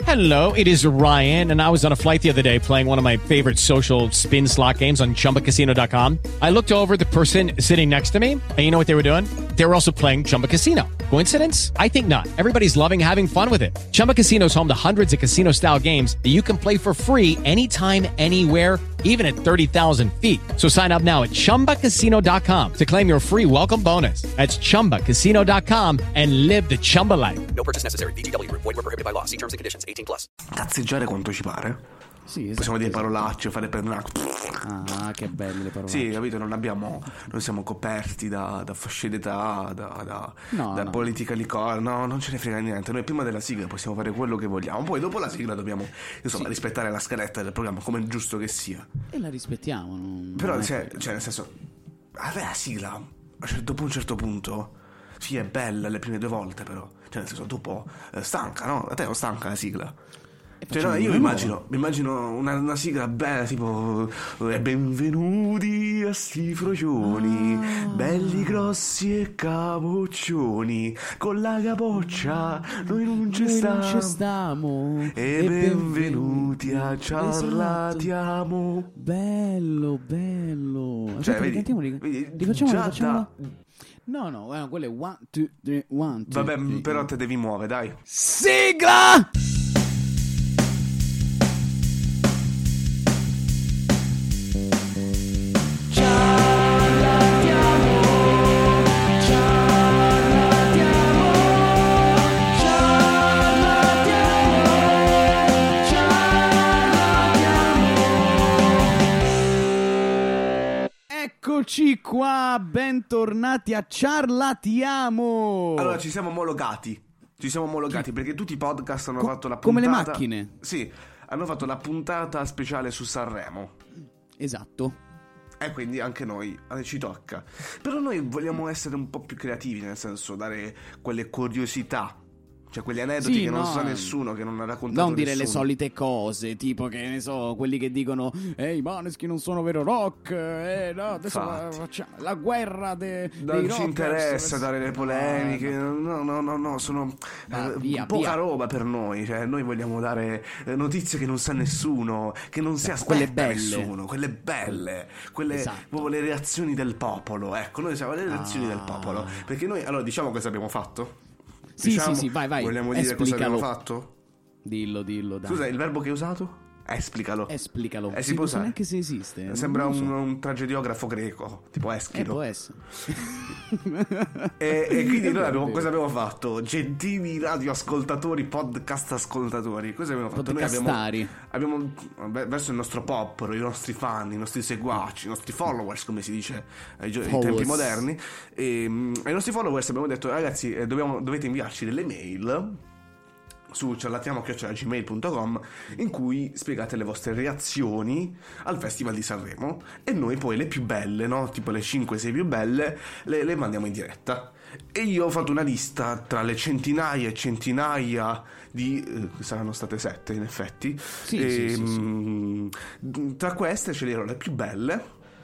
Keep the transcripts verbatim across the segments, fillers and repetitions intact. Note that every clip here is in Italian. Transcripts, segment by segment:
Hello, it is Ryan, and I was on a flight the other day playing one of my favorite social spin slot games on Chumba Casino dot com. I looked over at the person sitting next to me, and you know what they were doing? They were also playing Chumba Casino. Coincidence? I think not. Everybody's loving having fun with it. Chumba Casino is home to hundreds of casino-style games that you can play for free anytime, anywhere, even at thirty thousand feet. So sign up now at Chumba Casino dot com to claim your free welcome bonus. That's Chumba Casino dot com and live the Chumba life. No purchase necessary. V G W. Void where prohibited by law. See terms and conditions. eighteen plus. Cazzeggiare quanto ci pare. Sì, esatto, possiamo dire esatto. parolacce, fare pernacce. Ah, che belle le parolacce. Sì, capito, non abbiamo, non siamo coperti da, da fasce d'età, da, da, No, da no. politically correct. No, non ce ne frega niente. Noi prima della sigla possiamo fare quello che vogliamo. Poi dopo la sigla dobbiamo, insomma, Sì. rispettare la scaletta del programma come è giusto che sia. E la rispettiamo. Non... Però, non è cioè, che- cioè, nel senso, vabbè, la sigla, cioè, dopo un certo punto, sì, è bella le prime due volte, però, cioè, nel senso, dopo eh, stanca, no? A te non stanca la sigla? Cioè, no, io mi immagino, mi immagino una, una sigla bella tipo eh, benvenuti a sti frocioni, Ah. belli grossi e capoccioni, con la capoccia noi non ci Noi non ci stiamo. stiamo. E benvenuti a Ciarlatiamo. Esatto. Bello, bello. Cioè, Aspetta, vedi, ricantiamoli. vedi, Rifacciamolo, già rifacciamolo. da- No, no, guarda, quello è one, two, three, one, two, Vabbè, three. però te devi muovere, dai. Sigla! Eccoci qua, bentornati a Ciarlatiamo. Allora, ci siamo omologati. Ci siamo omologati perché tutti i podcast hanno Co- fatto la puntata. come le macchine. Sì, hanno fatto la puntata speciale su Sanremo. Esatto. E quindi anche noi, eh, ci tocca. Però noi vogliamo essere un po' più creativi, nel senso dare quelle curiosità. Cioè quegli aneddoti Sì, che non no, sa nessuno, che non ha raccontato Non dire le nessuno. solite cose, tipo che ne so, quelli che dicono "Ehi, i Maneskin non sono vero rock, eh, no, adesso Infatti. facciamo la guerra de- dei Non ci rockers". interessa dare le polemiche, No, no. no, no, no, no, sono Va, eh, via, poca via. roba per noi. Cioè, noi vogliamo dare eh, notizie che non sa nessuno, che non si aspetta quelle belle. nessuno, quelle belle, quelle Esatto. proprio le reazioni del popolo. Ecco, noi siamo le reazioni Ah. del popolo. Perché noi, allora, diciamo cosa abbiamo fatto? Sì, Diciamo, sì, sì, vai, vai. Vogliamo dire cosa Esplicalo. abbiamo fatto? Dillo, dillo, dai. Scusa, il verbo che hai usato? Esplicalo. Esplicalo. Eh, si Sì, può non so usare. neanche se esiste. Sembra non lo un, so. un tragediografo greco, tipo Eh, Eschilo. può essere. E, e quindi noi abbiamo, Vero. cosa abbiamo fatto? Gentili radioascoltatori, podcast ascoltatori, cosa abbiamo fatto? Noi abbiamo, Podcastari. abbiamo beh, verso il nostro popolo, i nostri fan, i nostri seguaci, i nostri followers, come si dice ai, gio- ai Followers. tempi moderni, e, mm, ai nostri followers abbiamo detto ragazzi eh, dobbiamo- dovete inviarci delle mail su ciarlatiamo chiocciola gmail punto com in cui spiegate le vostre reazioni al Festival di Sanremo e noi poi le più belle, no? Tipo le cinque sei più belle le, le mandiamo in diretta. E io ho fatto una lista tra le centinaia e centinaia di eh, saranno state sette in effetti. Sì, E, sì, sì, sì. mm, tra queste sceglierò le più belle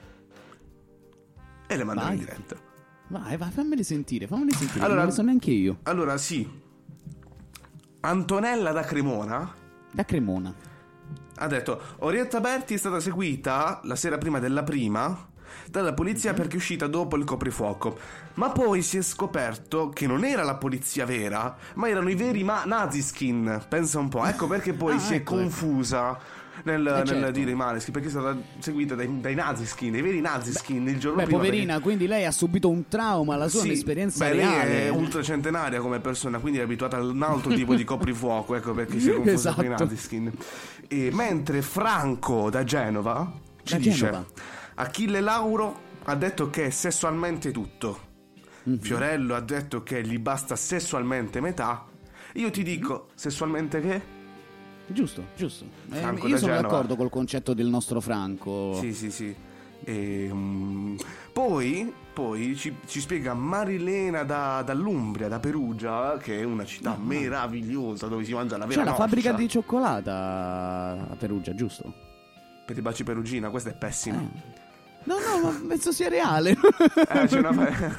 e le mandiamo Vai. in diretta. Vai, vai, fammele sentire, fammele sentire. Allora- non le so neanche io. Allora sì, Antonella da Cremona Da Cremona. ha detto: Orietta Berti è stata seguita la sera prima della prima dalla polizia Mhm. perché è uscita dopo il coprifuoco, ma poi si è scoperto che non era la polizia vera, ma erano i veri ma- Naziskin. Pensa un po', ecco perché poi Ah, si è ecco, confusa nel, nel certo. dire i Maneskin, perché è stata seguita dai, dai Naziskin, dai veri Naziskin il giorno Beh, prima. poverina, quindi lei ha subito un trauma, la sua è Sì, un'esperienza beh, reale. lei è ultracentenaria come persona, quindi è abituata a un altro tipo di coprifuoco, ecco perché si è confusa con i Esatto. Naziskin. E mentre Franco da Genova ci Da dice: Genova. Achille Lauro ha detto che è sessualmente tutto. Mhm. Fiorello ha detto che gli basta sessualmente metà. Io ti dico, sessualmente che? Giusto, giusto. Eh, Franco io da sono Genova. d'accordo col concetto del nostro Franco. Sì, sì, sì. E, mm, poi, poi ci, ci spiega Marilena da, dall'Umbria, da Perugia, che è una città meravigliosa dove si mangia la vera C'è la noccia. fabbrica di cioccolata a Perugia, giusto? Per i baci perugina, questo è pessimo. Eh. No, no, ma penso sia reale. Eh, c'è una fa-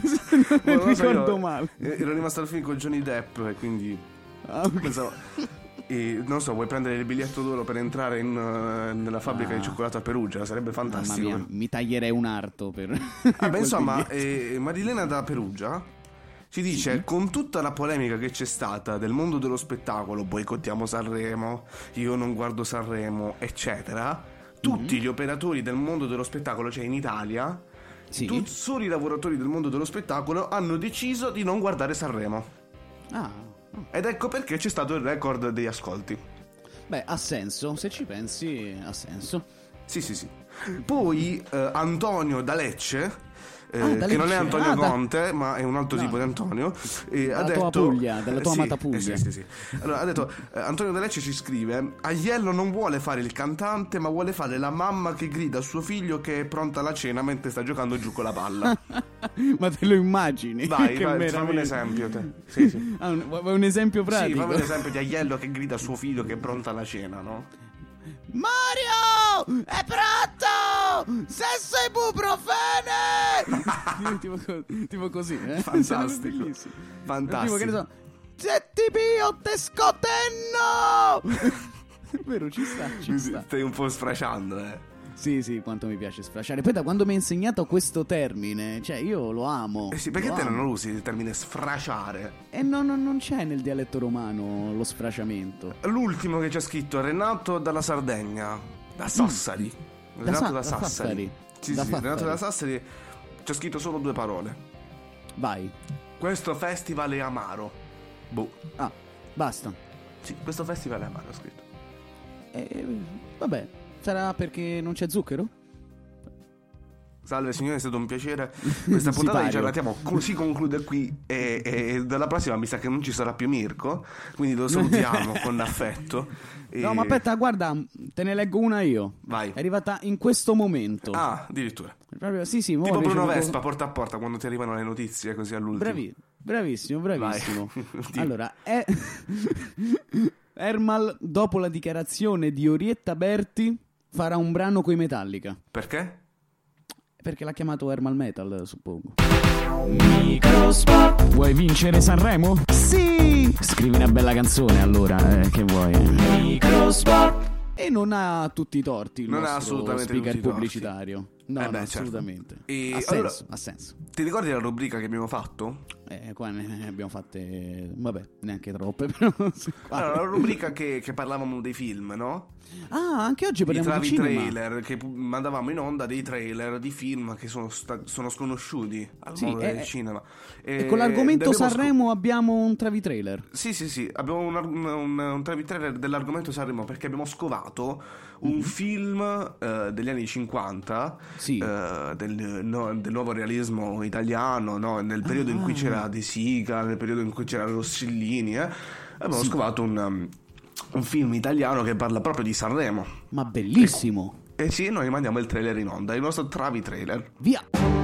Non Non lo so, ricordo io male. Ero rimasto al film con Johnny Depp e quindi Ah, ok. pensavo... E non so, vuoi prendere il biglietto d'oro per entrare in, uh, nella fabbrica Ah. di cioccolato a Perugia? Sarebbe fantastico. Mamma mia, mi taglierei un arto per... Ah, quel beh, insomma, biglietto. eh, Marilena da Perugia ci dice: Sì. con tutta la polemica che c'è stata del mondo dello spettacolo, boicottiamo Sanremo, io non guardo Sanremo, eccetera, tutti Mm-hmm. gli operatori del mondo dello spettacolo, cioè in Italia, Sì. tutti solo i lavoratori del mondo dello spettacolo hanno deciso di non guardare Sanremo. Ah, Ed ecco perché c'è stato il record degli ascolti. beh, ha senso, se ci pensi ha senso. Sì, sì, sì. Poi eh, Antonio da Lecce, eh, Ah, da che non è Lecce. Antonio Ah, da- Conte, ma è un altro No. tipo di Antonio, eh, ha Dalla detto... tua Puglia, dalla tua sì, amata Puglia. eh, sì, sì, sì. Allora, ha detto, eh, Antonio da Lecce ci scrive: Aiello non vuole fare il cantante, ma vuole fare la mamma che grida a suo figlio che è pronta alla cena mentre sta giocando giù con la palla. Ma te lo immagini? Vai, Che vai, fammi un meraviglia. esempio te. Sì, sì. Ah, un, vuoi un esempio Sì, pratico? fammi un esempio di Aiello che grida a suo figlio che è pronta alla cena, no? Mario! È pronto! Sesso ibuprofene! tipo, co- tipo così, eh? Fantastico. Sarebbe bellissimo. Fantastico. Tipo che ne so, se ti pio te scotenno! È vero, ci sta, ci Mi- sta. Stai un po' sfrasciando, eh. Sì, sì, quanto mi piace sfrasciare. Poi da quando mi hai insegnato questo termine, cioè io lo amo. Eh sì, perché lo te amo. non usi il termine sfrasciare? E no, no, non c'è nel dialetto romano lo sfrasciamento. L'ultimo che c'è scritto, Renato dalla Sardegna, da Sassari. Da Renato Sa- da da Sassari. Sassari. Sì, Da sì, Sassari. Renato da Sassari. C'è scritto solo due parole. Vai. Questo festival è amaro. Boh. Ah, basta. Sì, questo festival è amaro, ho scritto. Eh, vabbè, sarà perché non c'è zucchero? Salve signori, è stato un piacere. Questa puntata di Sipario. Ciarlatiamo si conclude qui e, e dalla prossima mi sa che non ci sarà più Mirko, quindi lo salutiamo con affetto. E- No, ma aspetta, guarda, te ne leggo una io. Vai. È arrivata in questo momento. Ah, addirittura. Proprio, sì, sì, mo Tipo ho Bruno ricevuto- Vespa, porta a porta, quando ti arrivano le notizie, così all'ultimo. Bravi, bravissimo, bravissimo. Vai. Dì. Allora, è... Ermal, dopo la dichiarazione di Orietta Berti, farà un brano coi Metallica. Perché? Perché l'ha chiamato Ermal Metal, suppongo. Microspot. Vuoi vincere Sanremo? Sì! Scrivi una bella canzone allora, eh, che vuoi? Microspot. E non ha tutti i torti il Non ha nostro assolutamente speaker tutti i torti. pubblicitario. No, Eh no, beh, certo. assolutamente. E ha senso, allora- ha senso. Ti ricordi la rubrica che abbiamo fatto? Eh, qua ne abbiamo fatte, vabbè, neanche troppe, però. sì, qua. Allora, la rubrica che, che parlavamo dei film, no? Ah, anche oggi I parliamo di travi cinema. trailer, che pu- mandavamo in onda dei trailer di film che sono, sta- sono sconosciuti al Sì, mondo e- del cinema. E con l'argomento abbiamo scop- Sanremo abbiamo un travi trailer. Sì, sì, sì, abbiamo un, un, un, un travi trailer dell'argomento Sanremo perché abbiamo scovato un film eh, degli anni cinquanta, Sì. eh, del, no, del nuovo realismo italiano, no? Nel periodo in cui c'era De Sica, nel periodo in cui c'era Rossellini, eh? abbiamo Sì. scovato un, um, un film italiano che parla proprio di Sanremo. Ma bellissimo. E sì, noi mandiamo il trailer in onda, il nostro travi trailer. Via.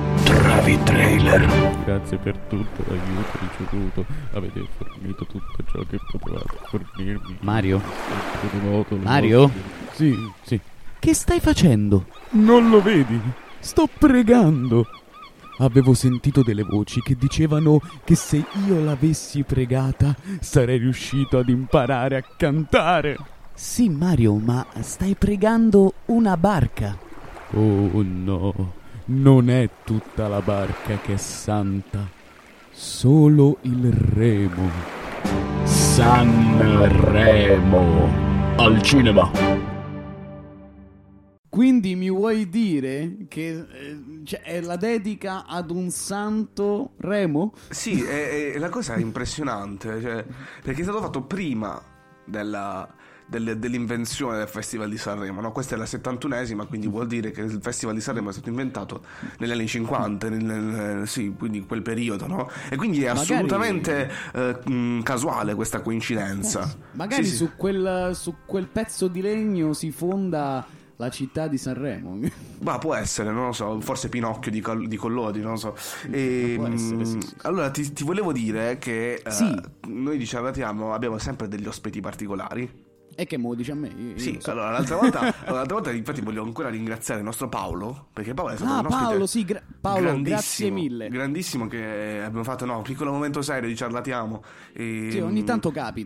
Grazie per tutto l'aiuto ricevuto. Avete fornito tutto ciò che potevate fornirmi. Mario? In modo Mario? nostro. Sì, sì. Che stai facendo? Non lo vedi? Sto pregando. Avevo sentito delle voci che dicevano che se io l'avessi pregata sarei riuscito ad imparare a cantare. Sì, Mario, ma stai pregando una barca. Oh no, non è tutta la barca che è santa, solo il remo. Sanremo al cinema. Quindi mi vuoi dire che eh, cioè, è la dedica ad un santo Remo? Sì, è, è- la cosa è impressionante, cioè, perché è stato fatto prima della, del- dell'invenzione del Festival di Sanremo, no? Questa è la settantunesima, quindi vuol dire che il Festival di Sanremo è stato inventato negli anni cinquanta, nel, nel- sì, quindi quel periodo, no? E quindi è Magari- assolutamente eh, mh, casuale questa coincidenza. Magari Sì, sì. Su, quel, su quel pezzo di legno si fonda la città di Sanremo. Ma può essere, non lo so, forse Pinocchio di, Col- di Collodi, non lo so. E, Può essere, sì, mh, sì. Allora ti, ti volevo dire che eh, Sì. noi di Ciarlatiamo abbiamo sempre degli ospiti particolari. E che me lo dice a me? Io- io Sì, lo so. allora l'altra volta, allora, l'altra volta infatti voglio ancora ringraziare il nostro Paolo, perché Paolo è stato Ah, un ospite Paolo, sì, gra- Paolo, grandissimo, grazie mille. grandissimo, che abbiamo fatto no, un piccolo momento serio di Ciarlatiamo e, Sì, ogni tanto capita.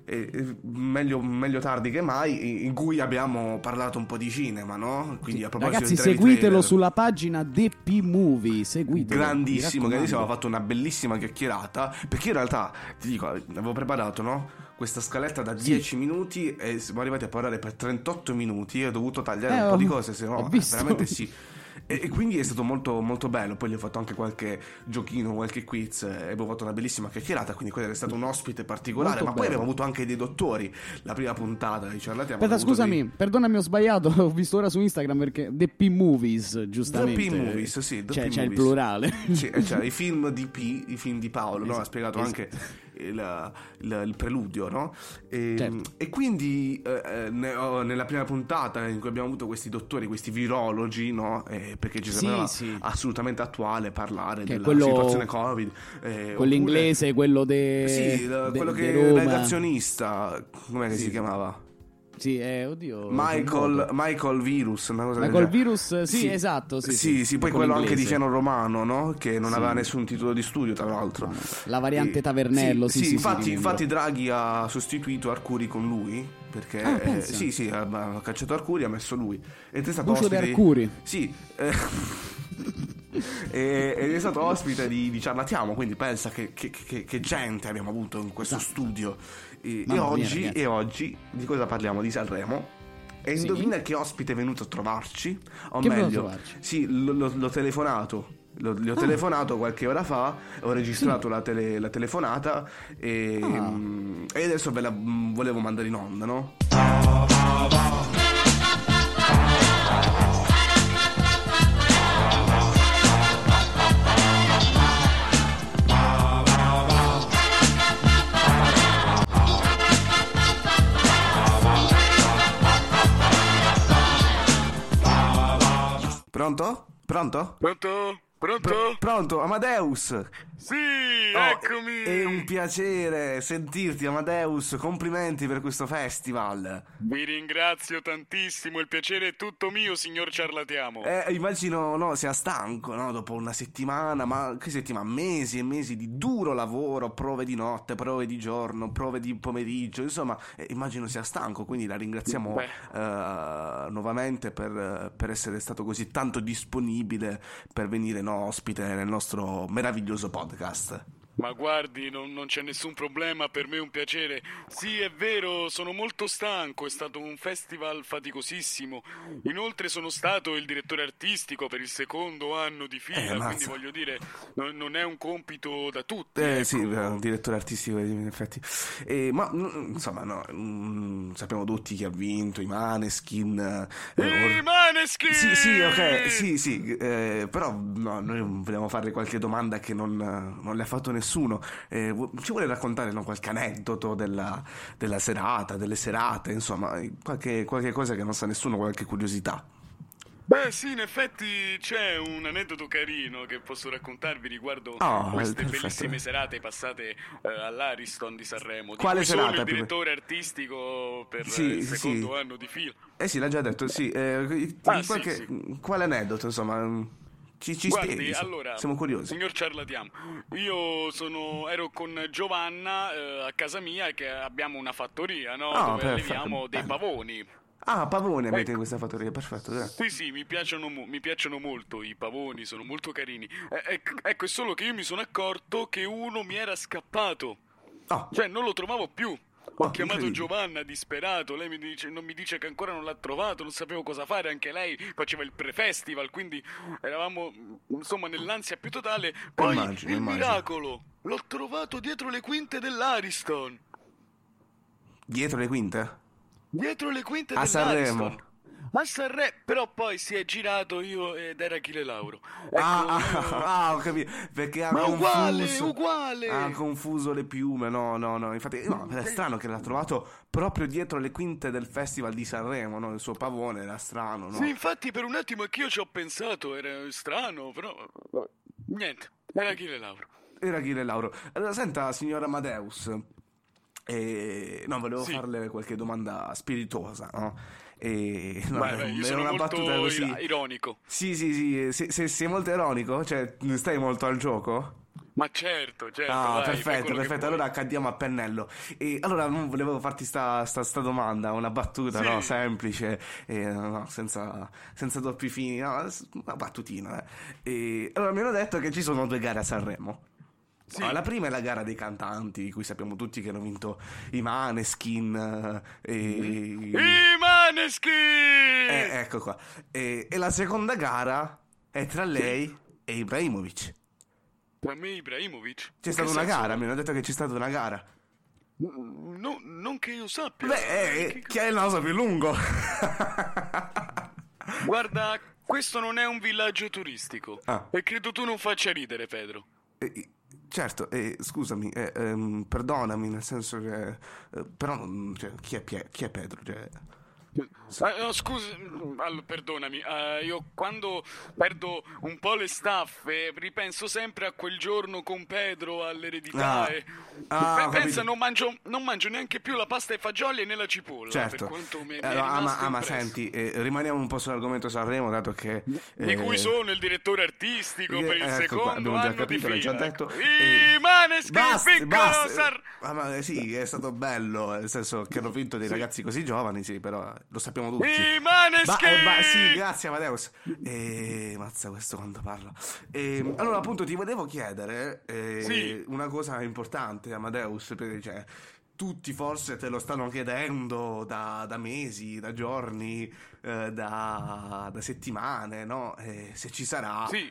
E, e meglio, meglio tardi che mai, in cui abbiamo parlato un po' di cinema, no? Quindi Sì. a proposito Ragazzi, di Travi seguitelo Trailer, sulla pagina D P Movie, seguitelo. grandissimo, mi grandissimo, raccomando. ho fatto una bellissima chiacchierata, perché in realtà ti dico, avevo preparato, no? Questa scaletta da dieci minuti e siamo arrivati a parlare per trentotto minuti e ho dovuto tagliare Eh, un po' ho- di cose, se ho no visto. veramente sì. E, e quindi è stato molto molto bello. Poi gli ho fatto anche qualche giochino, qualche quiz e abbiamo fatto una bellissima chiacchierata. Quindi quello è stato un ospite particolare. Molto ma poi bello. abbiamo avuto anche dei dottori. La prima puntata di Ciarlatiamo. Aspetta, scusami, perdonami, ho sbagliato. Ho visto ora su Instagram perché D P Movies, giustamente. The P Movies, sì, The C'è, P c'è il Movies. plurale. Sì, e cioè, i film di P, i film di Paolo, no? Ha Esatto, spiegato esatto. anche il, il- il preludio, no? E, Certo. e quindi eh, eh, ne- oh, nella prima puntata in cui abbiamo avuto questi dottori, questi virologi, no? Eh, perché ci Sì, sembrava sì. assolutamente attuale parlare Che è della quello- situazione Covid. eh, Quello oppure- inglese, quello de, Sì, la- de- quello de che Roma. negazionista, com'è che Sì. si chiamava? Sì, eh, oddio. Michael, Michael Virus, una cosa del Michael genere. Virus, sì, esatto, sì, sì, sì, sì, poi quello quello anche di inglese. Fiano Romano, no? Che non Sì. aveva nessun titolo di studio, tra l'altro. La variante E- Tavernello, sì, sì, sì, infatti, rimembro. infatti Draghi ha sostituito Arcuri con lui, perché Ah, eh, pensa. sì, sì, ha, ha cacciato Arcuri, ha messo lui. Ed è stato Lucio De ospite di- Arcuri. Sì. eh, e- ed è stato ospite di, di Ciarlatiamo, quindi pensa che, che- che- che gente abbiamo avuto in questo studio. E, e Mamma mia, oggi, ragazzi. e oggi di cosa parliamo? Di Sanremo. E Sì. indovina che ospite è venuto a trovarci? O Che è venuto meglio, a trovarci? sì, l- l- l'ho telefonato. Lo- gli ho Ah. telefonato qualche ora fa, ho registrato la, tele- la telefonata e, Ah. mm, e adesso ve la mm, volevo mandare in onda, no? Pronto? Pronto? Pronto? Pronto? Pr- pronto, Amadeus! Sì, Oh, eccomi! È un piacere sentirti, Amadeus. Complimenti per questo festival. Vi ringrazio tantissimo, il piacere è tutto mio, signor Ciarlatiamo. Eh, immagino, no, sia stanco, no? Dopo una settimana, ma che settimana? Mesi e mesi di duro lavoro, prove di notte, prove di giorno, prove di pomeriggio, insomma, eh, immagino sia stanco, quindi la ringraziamo Beh. eh, nuovamente per, per essere stato così tanto disponibile per venire, no, ospite nel nostro meraviglioso podcast. Ma guardi, non, non c'è nessun problema, per me è un piacere. Sì, è vero, sono molto stanco, è stato un festival faticosissimo. Inoltre sono stato il direttore artistico per il secondo anno di fila, Eh, quindi mazza. voglio dire, non, non è un compito da tutti. Eh ecco. sì, un direttore artistico in effetti. Eh, ma mm, insomma, no, mm, sappiamo tutti chi ha vinto, i Maneskin. eh, I or- Maneskin! Sì, sì, ok, sì, sì, eh, però no, noi vogliamo fare qualche domanda che non, non le ha fatto nessuno. Eh, vu- ci vuole raccontare, no, qualche aneddoto della, della serata, delle serate, insomma, qualche, qualche cosa che non sa nessuno, qualche curiosità. Beh sì, in effetti c'è un aneddoto carino che posso raccontarvi riguardo Oh, queste perfetto. bellissime serate passate eh, all'Ariston di Sanremo, di Quale cui sono serata, il più- direttore artistico per Sì, il sì, secondo sì. anno di fila. Eh sì, l'ha già detto, sì. eh, Ah, sì, qualche- sì. Quale aneddoto, insomma, ci, ci Guardi, spieghi, insomma, allora, siamo curiosi. signor Ciarlatiamo, io sono, ero con Giovanna eh, a casa mia che abbiamo una fattoria, no? Ah, Dove perfetto, alleviamo dei bello. pavoni. Ah, pavone avete Ecco. in questa fattoria, perfetto. grazie. Sì, sì, mi piacciono, mo- mi piacciono molto i pavoni, sono molto carini. Eh, ecco, ecco, è solo che io mi sono accorto che uno mi era scappato. Oh, Cioè, non lo trovavo più. Ho Oh, chiamato incredibile. Giovanna disperato, lei mi dice, non mi dice che ancora non l'ha trovato, non sapevo cosa fare, anche lei faceva il pre-festival, quindi eravamo insomma nell'ansia più totale. Poi Immagino, il immagino. miracolo, l'ho trovato dietro le quinte dell'Ariston. dietro le quinte? Dietro le quinte A dell'Ariston. Sanremo. A Sanremo, però poi si è girato io ed era Achille Lauro. Ecco, ah, io- ah, ah, ho capito. Perché ha Ma confuso. uguale, uguale. Ha confuso le piume. No, no, no. Infatti, no, è strano che l'ha trovato proprio dietro le quinte del Festival di Sanremo. No? Il suo pavone era strano, no? Sì, infatti per un attimo anch'io ci ho pensato, era strano, però niente, era Achille Lauro. Era Achille Lauro. Allora, senta, signor Amadeus. Eh, no, volevo Sì. farle qualche domanda spiritosa, no? E, no, Vai, vai, io era sono una molto battuta così. ira- ironico. Sì, sì, sì. Se- se- sei molto ironico? Cioè, stai molto al gioco? Ma certo, certo. Ah, vai, fai perfetto, quello che perfetto. vuoi. Allora accandiamo a pennello. E allora mm, volevo farti sta, sta, sta domanda, una battuta, Sì. no? Semplice, eh, no, senza, senza doppi fini, no? S- Una battutina, eh. E allora mi hanno detto che ci sono due gare a Sanremo. Sì. Allora, la prima è la gara dei cantanti, di cui sappiamo tutti che hanno vinto i Maneskin eh, e... I Maneskin! Eh, ecco qua. E, e la seconda gara è tra lei e Ibrahimovic. Tra me e Ibrahimovic? C'è In stata che una senso? gara, mi hanno detto che c'è stata una gara. No, non che io sappia. Beh, eh, Che- chi ha il naso più lungo? Guarda, questo non è un villaggio turistico. Ah. E credo tu non faccia ridere, Pedro. Eh, certo, eh, scusami, eh, ehm, perdonami, nel senso che... eh, però, non- cioè, chi, è Pie- chi è Pedro? Cioè, Ah, no, scusa, allora, perdonami, eh, io quando perdo un po' le staffe ripenso sempre a quel giorno con Pedro all'eredità Ah. e Ah, Beh, ho pensa, capito. non mangio, non mangio neanche più la pasta ai fagioli né la cipolla, certo. per quanto mi, mi è Allora, ama, rimasto ama, impresso. senti, eh, rimaniamo un po' sull'argomento Sanremo, dato che... Di eh, cui sono il direttore artistico eh, per il ecco qua, secondo abbiamo già anno capito, di l'hai già fila. detto. I Eh, Maneskin, basta, piccolo basta. Sar- Ah, ma, eh, sì, è stato bello, nel senso che hanno vinto dei ragazzi così giovani, sì, però lo sappiamo tutti. I Maneskin! Ba- eh, ba- sì, grazie Amadeus. E mazza questo quando parla. E, allora, appunto, ti volevo chiedere eh, Sì. una cosa importante, Amadeus, perché cioè, tutti forse te lo stanno chiedendo da, da mesi, da giorni, eh, da, da settimane, no? Eh, se ci sarà. Sì.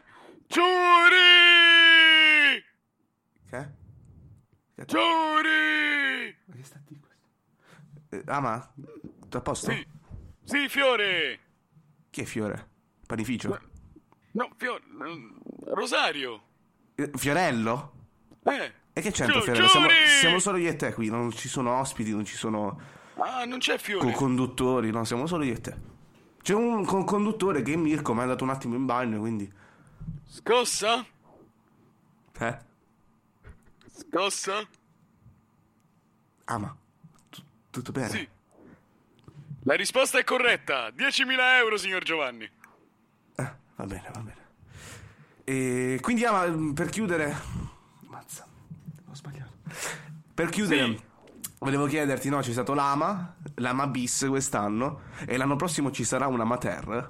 Giuri! Che? Che? Giuri! Ma che sta di questo? Eh, Ama, tutto a posto? Sì. Sì, Fiore! Chi è Fiore? Panificio? No, Fiore... Rosario! Eh, Fiorello? Eh! E che c'entra Giu- Fiorello? Siamo, Giuri! siamo solo io e te qui, non ci sono ospiti, non ci sono Ah, non c'è Fiore! co-conduttori, no, siamo solo io e te. C'è un con- conduttore che è Mirko, mi è andato un attimo in bagno, quindi... Scossa? Eh? Scossa? Ama, tu- tutto bene? Sì. La risposta è corretta. diecimila euro, signor Giovanni. Eh, va bene, va bene. E quindi, Ama, per chiudere... Mazza, ho sbagliato. Per chiudere... Sì. Volevo chiederti, no, c'è stato l'Ama, l'Ama bis quest'anno, e l'anno prossimo ci sarà una Mater.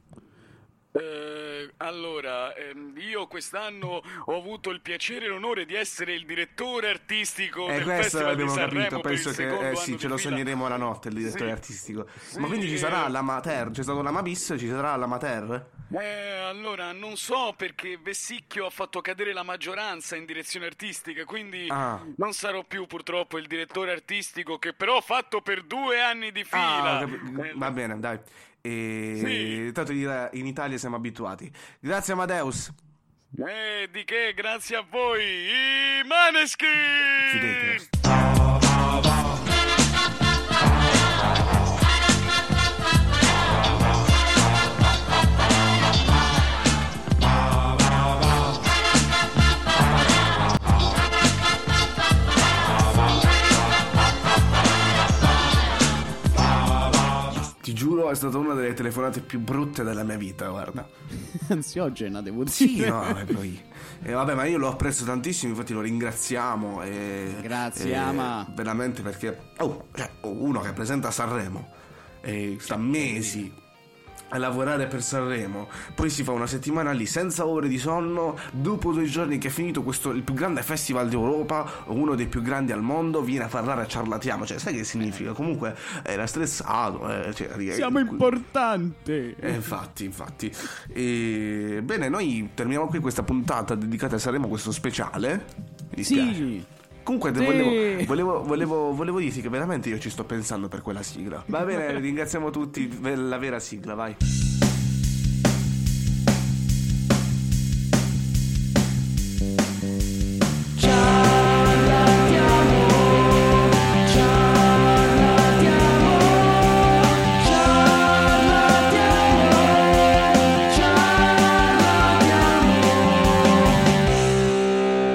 Eh, allora, ehm, io quest'anno ho avuto il piacere e l'onore di essere il direttore artistico Eh, del questo Festival l'abbiamo di Sanremo capito, per il penso secondo che eh, anno sì, di ce lo fila. sogneremo la notte, il direttore Sì. artistico. Sì, Ma quindi ci eh, sarà l'Ama Ter, c'è stato l'Ama bis, ci sarà l'Ama Ter? Eh, allora, non so perché Vessicchio ha fatto cadere la maggioranza in direzione artistica, quindi Ah. non sarò più purtroppo il direttore artistico che però ho fatto per due anni di fila. Ah, ho capi- Eh, va bene, dai. E... Sì. Tanto in in Italia siamo abituati. Grazie Amadeus. Eh, di che? Grazie a voi, i Maneskin! Chiudete. Ti giuro, è stata una delle telefonate più brutte della mia vita, guarda. Ansiogena, devo dire. Sì, no, e poi... E vabbè, ma io lo apprezzo tantissimo, infatti lo ringraziamo. E, Grazie, e- Ama. Veramente perché... Oh, cioè, uno che presenta Sanremo e sta mesi a lavorare per Sanremo, poi si fa una settimana lì senza ore di sonno, dopo due giorni che è finito questo, il più grande festival d'Europa, uno dei più grandi al mondo, viene a parlare a Ciarlatiamo, cioè sai che significa? Comunque era stressato, eh, cioè, Siamo importanti. eh, infatti, infatti. E, bene, noi terminiamo qui questa puntata dedicata a Sanremo, questo speciale. Mi dispiace. Sì. Comunque Sì. volevo, volevo, volevo, volevo dirti che veramente io ci sto pensando per quella sigla. Va bene, ringraziamo tutti. La vera sigla, vai.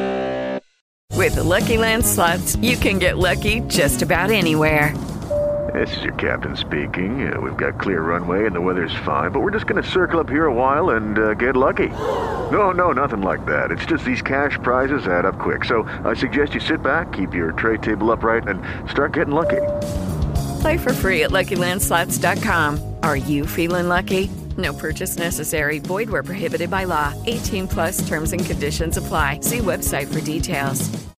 With the Lucky Land Slots, you can get lucky just about anywhere. This is your captain speaking. Uh, we've got clear runway and the weather's fine, but we're just going to circle up here a while and uh, get lucky. No, no, nothing like that. It's just these cash prizes add up quick. So I suggest you sit back, keep your tray table upright, and start getting lucky. Play for free at Lucky Land Slots dot com. Are you feeling lucky? No purchase necessary. Void where prohibited by law. eighteen plus terms and conditions apply. See website for details.